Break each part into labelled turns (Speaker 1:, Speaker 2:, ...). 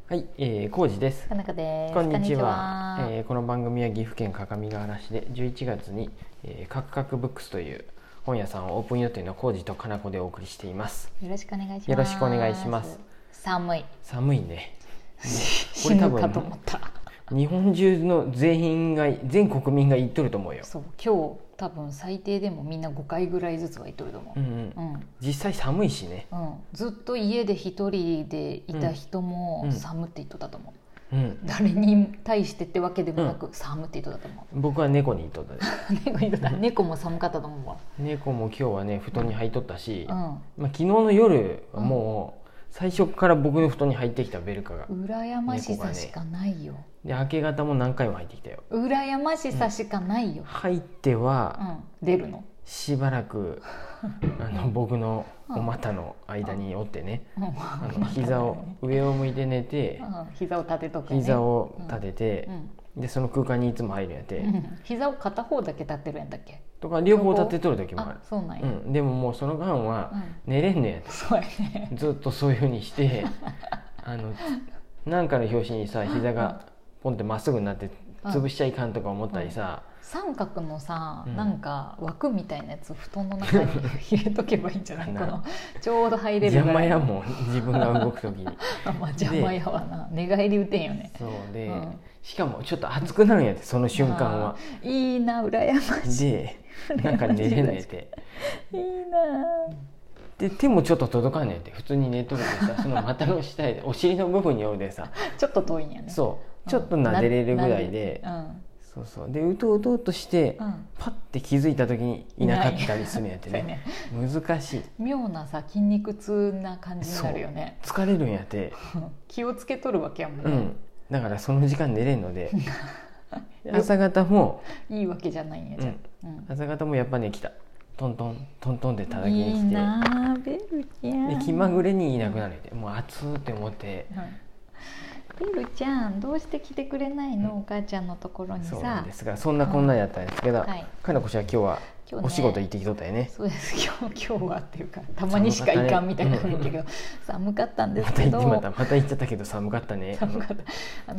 Speaker 1: はい、浩二です。
Speaker 2: かなかです。
Speaker 1: こんにちは。この番組は岐阜県各務原市で11月に、カクカクブックスという本屋さんをオープン予定の浩二とかなこでお送りしています。
Speaker 2: よろしくお願いします。
Speaker 1: よろしくお願いします。
Speaker 2: 寒い
Speaker 1: ね。
Speaker 2: 死ぬかと思った。
Speaker 1: 日本中の全国民が言っとると思うよ。
Speaker 2: そう、今日多分最低でもみんな5回ぐらいずつは言っとると思う。
Speaker 1: 実際寒いしね、
Speaker 2: ずっと家で一人でいた人も寒って言っとったと思う、誰に対してってわけでもなく、寒って言っとったと思う。
Speaker 1: 僕は猫に言っとったで
Speaker 2: 猫も寒かったと思うわ。
Speaker 1: 猫も今日はね布団に入っとったし、昨日の夜はもう、最初から僕の布団に入ってきたベルカが
Speaker 2: 羨ましさしかないよ、
Speaker 1: で明け方も何回も入ってきたよ。
Speaker 2: 羨ましさしかないよ、
Speaker 1: 入っては、
Speaker 2: 出るの
Speaker 1: しばらく僕のお股の間におってね、膝を上を向いて寝て、
Speaker 2: 膝を立てとくね、
Speaker 1: 膝を立てて、でその空間にいつも入るんやって、
Speaker 2: 膝を片方だけ立ってるんだっけ
Speaker 1: とか両方立てとる時もある。
Speaker 2: そうなんや、
Speaker 1: でももうその間は寝れんのやって、
Speaker 2: そうやね、
Speaker 1: ずっとそういう風にしてなんかの拍子にさ膝がポンってまっすぐになって潰しちゃいかんとか思ったりさ、
Speaker 2: 三角のさ、なんか枠みたいなやつ布団の中に入れとけばいいんじゃないかなちょうど入れるぐらい。
Speaker 1: 邪魔やもん自分が動く時に
Speaker 2: 邪魔やわな、寝返り打てんよね。
Speaker 1: そうで、しかもちょっと熱くなるんやって、その瞬間は。
Speaker 2: いいな、羨ましい。
Speaker 1: でなんか寝れねて
Speaker 2: いいな
Speaker 1: で、手もちょっと届かねえって、普通に寝とるでさ、その股の下でお尻の部分におるでさ
Speaker 2: ちょっと遠いんやね。
Speaker 1: そうちょっと撫でれるぐらいで、そうでうとうとうとして、パッて気づいた時にいなかったりするんやってね難しい、
Speaker 2: 妙なさ筋肉痛な感じになるよね。
Speaker 1: 疲れるんやって
Speaker 2: 気をつけとるわけやもんね、
Speaker 1: だからその時間寝れんので朝方も
Speaker 2: いいわけじゃないんやじゃん、
Speaker 1: 朝方もやっぱね来た、トントントントンって叩きに来て、
Speaker 2: いいなベルちゃん
Speaker 1: で気まぐれにいなくなるって、もう暑ーって思って、
Speaker 2: ベルちゃんどうして来てくれないの、お母ちゃんのところにさ。
Speaker 1: そうなんですが、そんなこんなやったんですけど、かなこちゃん今日はお仕事行ってきとったよね。
Speaker 2: そうです、今日はっていうかたまにしか行かんみたいな雰囲気が寒かったんですけど、
Speaker 1: また言っちゃったけど寒かったね。
Speaker 2: 寒かった。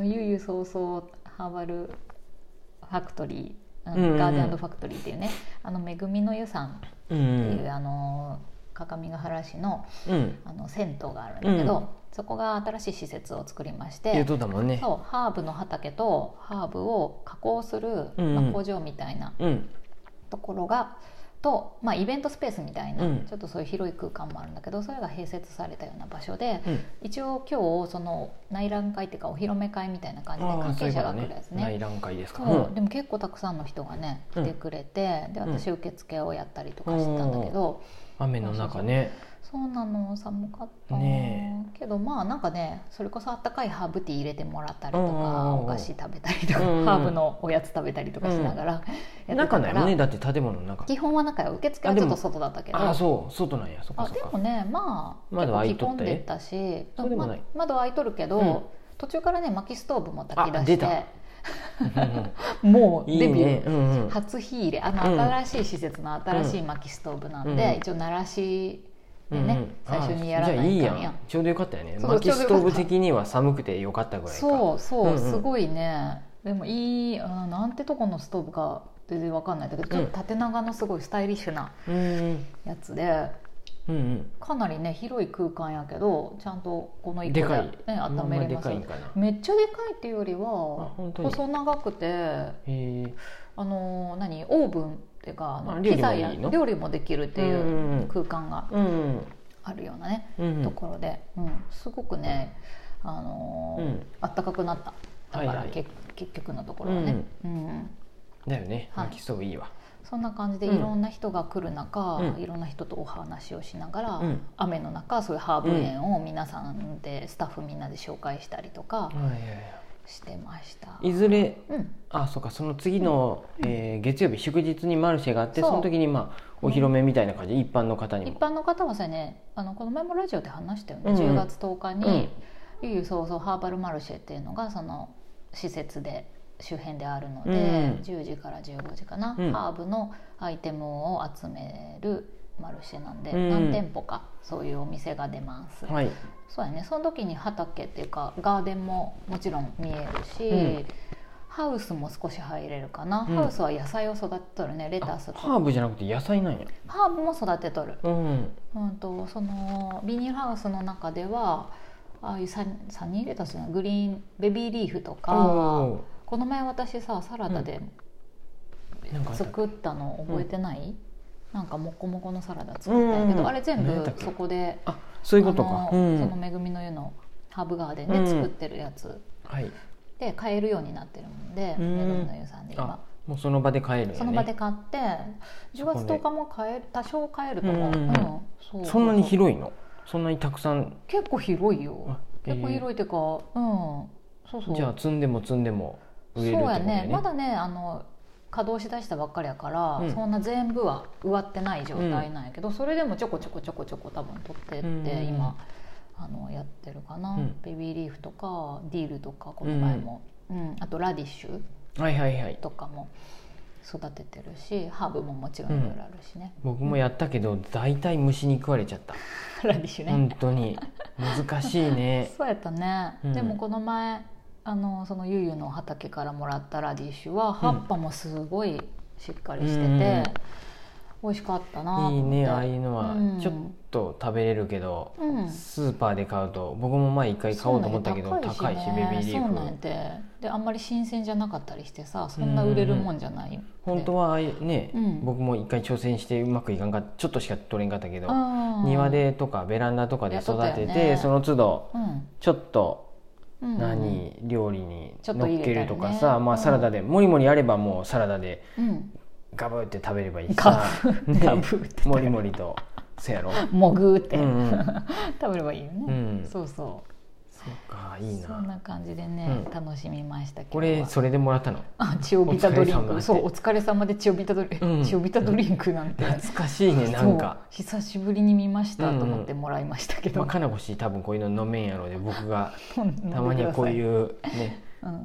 Speaker 2: ゆうゆうそうそうハーバルファクトリー、ガーデン&ファクトリーっていうね、めぐみの湯さんっていう、各務原市の、銭湯があるんだけど、そこが新しい施設を作りまして、
Speaker 1: 言うとだもんね。
Speaker 2: そう、ハーブの畑とハーブを加工する、工場みたいなところがと、イベントスペースみたいな、ちょっとそういう広い空間もあるんだけど、それが併設されたような場所で、一応今日その内覧会っていうかお披露目会みたいな感じで関係者が来るやつね。
Speaker 1: 内覧会ですか。
Speaker 2: でも結構たくさんの人がね来てくれて、で私受付をやったりとかしてたんだけど、
Speaker 1: 雨の中ね。
Speaker 2: そうなの、寒かったね。けどなんかね、それこそあったかいハーブティー入れてもらったりとか、お菓子食べたりとか、ハーブのおやつ食べたりとかしながらやってたから。
Speaker 1: 中ないもんね、だって建物の中。
Speaker 2: 基本は中よ、受付はちょっと外だったけど。
Speaker 1: そう外なんや。そっかそっか。
Speaker 2: でもね、
Speaker 1: 窓開いとった。
Speaker 2: 結構着込んでたし、窓開いとるけ
Speaker 1: ど、
Speaker 2: 途中からね薪ストーブも炊き出して。もうデビュー初火入れ、新しい施設の新しい薪ストーブなんで、一応鳴らしでね、最初にやらないかんやん。
Speaker 1: じゃあいいやん、ちょうどよかったよね。薪ストーブ的には寒くてよかったぐらいか。
Speaker 2: そうすごいね。でもいい、なんてとこのストーブか全然わかんないんだけど、ちょっと縦長のすごいスタイリッシュなやつで、かなりね広い空間やけど、ちゃんとこの1個で温めれますよ。めっちゃでかいっていうよりは細長くて、オーブンっていうかピザや料理もできるっていう空間があるようなねところで、すごくねあったかくなった。だから結局のところはね。
Speaker 1: だよね、薪ストーブいいわ。
Speaker 2: そんな感じでいろんな人が来る中、いろんな人とお話をしながら、雨の中そういうハーブ園を皆さんで、スタッフみんなで紹介したりとかしてました。
Speaker 1: いずれ、そうか、その次の、月曜日祝日にマルシェがあって、その時にお披露目みたいな感じで一般の方にも。
Speaker 2: 一般の方はさね、この前もラジオで話したよね、10月10日に、そうハーバルマルシェっていうのがその施設で周辺であるので、10時から15時かな、ハーブのアイテムを集めるマルシェなんで、何店舗かそういうお店が出ます、
Speaker 1: はい、
Speaker 2: そうやね。その時に畑っていうかガーデンももちろん見えるし、ハウスも少し入れるかな、ハウスは野菜を育てとるね。レタスとか
Speaker 1: ハーブじゃなくて野菜なんや。
Speaker 2: ハーブも育てとる、そのビニールハウスの中ではああいうサニーレタスのグリーンベビーリーフとか、この前私さサラダで作ったの覚えてない？なんかもこもこのサラダ作ったんやけど、あれ全部そこで、
Speaker 1: そういうことか、
Speaker 2: その恵みの湯のハーブガーデンで作ってるやつ、で買えるようになってるもんで、恵みの湯さんで今
Speaker 1: もうその場で買えるよね。
Speaker 2: その場で買って10月10日も多少買えると思う。
Speaker 1: そんなに広いの？そんなにたくさん？
Speaker 2: 結構広いよ。結構広いっていうか、そうそう。
Speaker 1: じゃあ積んでも植えるってことだよね。
Speaker 2: そうやね。まだね稼働しだしたばっかりやから、そんな全部は植わってない状態なんやけど、それでもちょこちょこ多分取ってって今やってるかな、ベビーリーフとかディルとかこの前も、あとラディッシュとかも育ててるし、ハーブももちろんいろいろあるしね、
Speaker 1: 僕もやったけど大体虫に食われちゃった。
Speaker 2: ラディッシュね、
Speaker 1: 本当に難しいね。
Speaker 2: そうやったね、でもこの前そのゆゆの畑からもらったラディッシュは葉っぱもすごいしっかりしてて、美味しかったなと思って。いいね、
Speaker 1: ああいうのはちょっと食べれるけど、スーパーで買うと僕も前一回買おうと思ったけど高いし、ベビーリーフ
Speaker 2: そうなんやて。であんまり新鮮じゃなかったりしてさ、そんな売れるもんじゃない。
Speaker 1: 本当はね、僕も一回挑戦してうまくいかんかちょっとしか取れんかったけど、庭でとかベランダとかで育てて、その都度ちょっと料理に乗っけるとかさ、サラダでもりもりあればもうサラダでガブって食べればいいしさ、もりもりとそうやろ、
Speaker 2: もぐって食べればいいよね。そうそう。
Speaker 1: そうか、いいな。
Speaker 2: そんな感じでね、楽しみましたけど。
Speaker 1: これそれでもらったの？
Speaker 2: チオビタドリンク。そう、お疲れ様でチオビタドリンクなんて
Speaker 1: 懐かしいね。なんか
Speaker 2: 久しぶりに見ましたと思ってもらいましたけど、
Speaker 1: かなこし多分こういうの飲めんやろうで、僕がたまにはこういうね、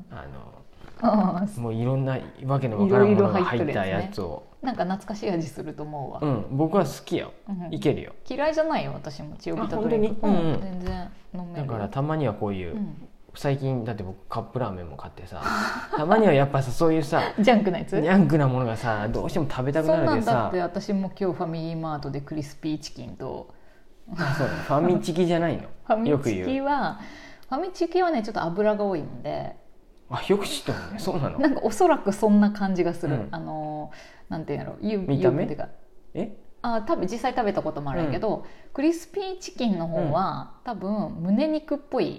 Speaker 1: もういろんなわけのわからんものが入ったやつを、
Speaker 2: なんか懐かしい味すると思うわ。
Speaker 1: 僕は好きよ。いけるよ。
Speaker 2: 嫌いじゃないよ私もチオビタドリンク。全然飲める。
Speaker 1: だからたまにはこういう、最近だって僕カップラーメンも買ってさ、たまにはやっぱさ、そういうさ
Speaker 2: ジャンクなやつ、
Speaker 1: ジャンクなものがさどうしても食べたくなるでさ。
Speaker 2: そうなんだって。私も今日ファミリーマートでクリスピーチキンと
Speaker 1: そうファミチキじゃないの？
Speaker 2: ファミチキはねちょっと油が多いので。
Speaker 1: よく知ってるね。そうなの？
Speaker 2: なんかおそらくそんな感じがする。なんていうんやろ、
Speaker 1: 見た目っていうか、
Speaker 2: 多分実際食べたこともあるけど、クリスピーチキンの方は、多分胸肉っぽい、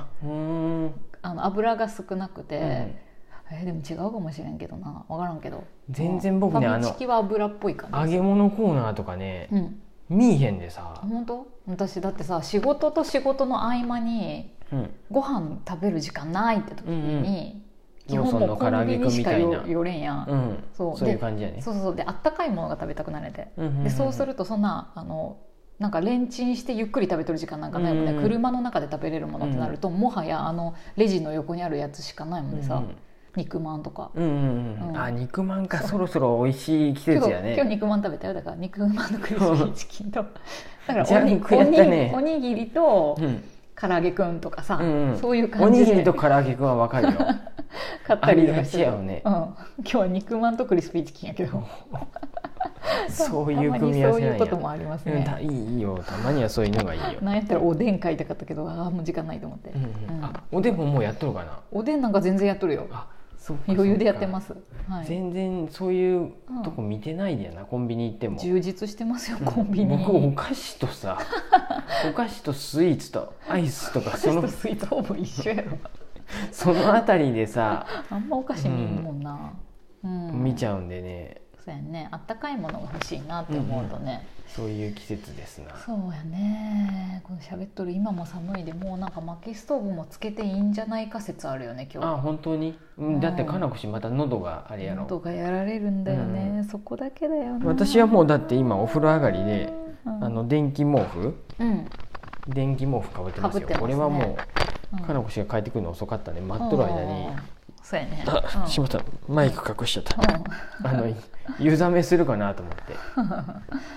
Speaker 2: 油が少なくて、でも違うかもしれんけどな、分からんけど、
Speaker 1: 全然僕ね
Speaker 2: ファミチキは油っぽい感じ。
Speaker 1: 揚げ物コーナーとかね、見えへんでさ。
Speaker 2: 本当？私だってさ、仕事と仕事の合間にご飯食べる時間ないって時に、基本もうコンビニしか寄れんやん。
Speaker 1: そういう感じやね。
Speaker 2: そうであったかいものが食べたくなれて、でそうするとそんななんかレンチンしてゆっくり食べとる時間なんかないもんね。車の中で食べれるものってなると、もはやレジの横にあるやつしかないもんでさ、肉まんとか。
Speaker 1: 肉まんか。そろそろ美味しい季節やね。
Speaker 2: 今日肉まん食べたよ。だから肉まんのクリスピーチキンとだからおにぎりと唐揚げくんとかさ、そういう感じで。
Speaker 1: おにぎりと唐揚げくんは分かるよ。
Speaker 2: 買ったりとかして
Speaker 1: やよね。
Speaker 2: 今日は肉まんとクリスピーチキンやけど
Speaker 1: そういう組み合わせなんや。
Speaker 2: そういうこともありますね。
Speaker 1: いいよ、たまにはそういうのがいいよ。
Speaker 2: なんやったらおでん買いたかったけど、もう時間ないと思って。
Speaker 1: おでんももうやっとるかな？
Speaker 2: おでんなんか全然やっとるよ。余裕でやってます。
Speaker 1: 全然そういうとこ見てないでやな。コンビニ行っても
Speaker 2: 充実してますよ、コンビニ。
Speaker 1: 僕お菓子とさお菓子とスイーツとアイスとか、
Speaker 2: そのスイーツほぼ一緒やろ
Speaker 1: そのあたりでさ、
Speaker 2: あんまお菓子見るもんな。
Speaker 1: 見ちゃうんでね。
Speaker 2: そうやね、あったかいものが欲しいなって思うとね、
Speaker 1: そういう季節ですな。
Speaker 2: そうやね。この喋っとる今も寒いで、もうなんか薪ストーブもつけていいんじゃないか説あるよね今日。
Speaker 1: 本当に？だってかなこしまた喉があれやろ。
Speaker 2: 喉がやられるんだよね、そこだけだよね。
Speaker 1: 私はもうだって今お風呂上がりで、電気毛布かぶってますよ。これはもうかなこしが帰ってくるの遅かったね。待っとる間に。
Speaker 2: そうやね。
Speaker 1: しまった、マイク隠しちゃった。湯冷めするかなと思って。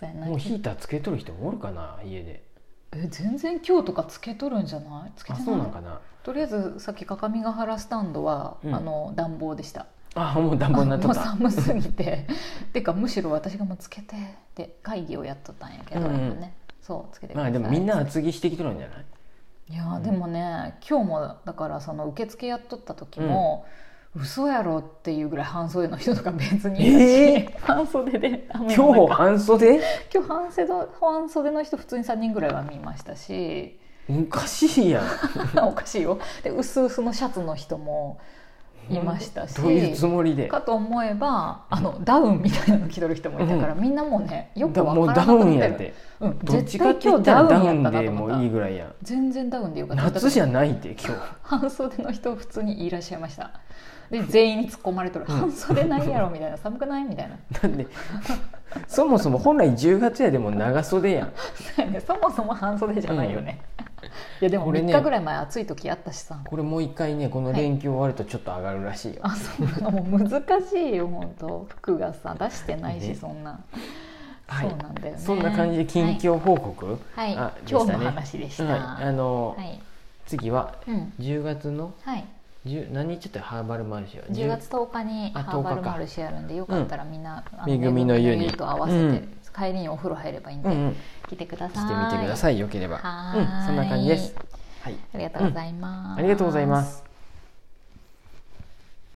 Speaker 2: そうやな。
Speaker 1: もうヒーターつけとる人おるかな家で。
Speaker 2: 全然今日とかつけとるんじゃない？つけてない？
Speaker 1: そうなんかな。
Speaker 2: とりあえずさっき各務原スタンドは、暖房でした。
Speaker 1: もう暖房になっとった。
Speaker 2: もう寒すぎててかむしろ私がもうつけてで会議をやっとったんやけど、ね、そうつけてください。
Speaker 1: でもみんな厚着してきとるんじゃない？
Speaker 2: いやでもね、今日もだからその受付やっとった時も、嘘やろっていうぐらい半袖の人とか別にいるし、半袖で
Speaker 1: 今日半袖？
Speaker 2: 今日半袖の人普通に3人ぐらいは見ましたし。
Speaker 1: おかしいやん
Speaker 2: おかしいよ。で薄々のシャツの人もいましたし、
Speaker 1: どういうつもりで
Speaker 2: かと思えばダウンみたいなの着とる人もいたから、みんなもうねよく分からなくなってる。
Speaker 1: どっちかって言ったらダウンでもいいぐらいやん。
Speaker 2: 全然ダウンでよかった。
Speaker 1: 夏じゃないって今日
Speaker 2: 半袖の人普通にいらっしゃいました。で全員に突っ込まれとる。半袖ないやろみたいな、寒くないみたいな。
Speaker 1: なんでそもそも本来10月やでも長袖やん
Speaker 2: そもそも半袖じゃないよね、いやでも3日ぐらい前暑い時あったしさ。
Speaker 1: これもう一回ねこの連休終わるとちょっと上がるらしいよ。
Speaker 2: そうもう難しいよ本当。服がさ出してないし、そんな。そうなんだよね。
Speaker 1: そんな感じで近況報告、
Speaker 2: はい、今日の話でした。
Speaker 1: 次は10月の何日ってハーバルマルシェは
Speaker 2: 10月10日にハーバルマルシェあるんで、よかったらみんな
Speaker 1: めぐみの湯に
Speaker 2: と合わせて帰りにお風呂入ればいいんで来てください。
Speaker 1: 来てみてください。よければ。そんな感じです。
Speaker 2: ありがとうございます。
Speaker 1: ありがとうございます。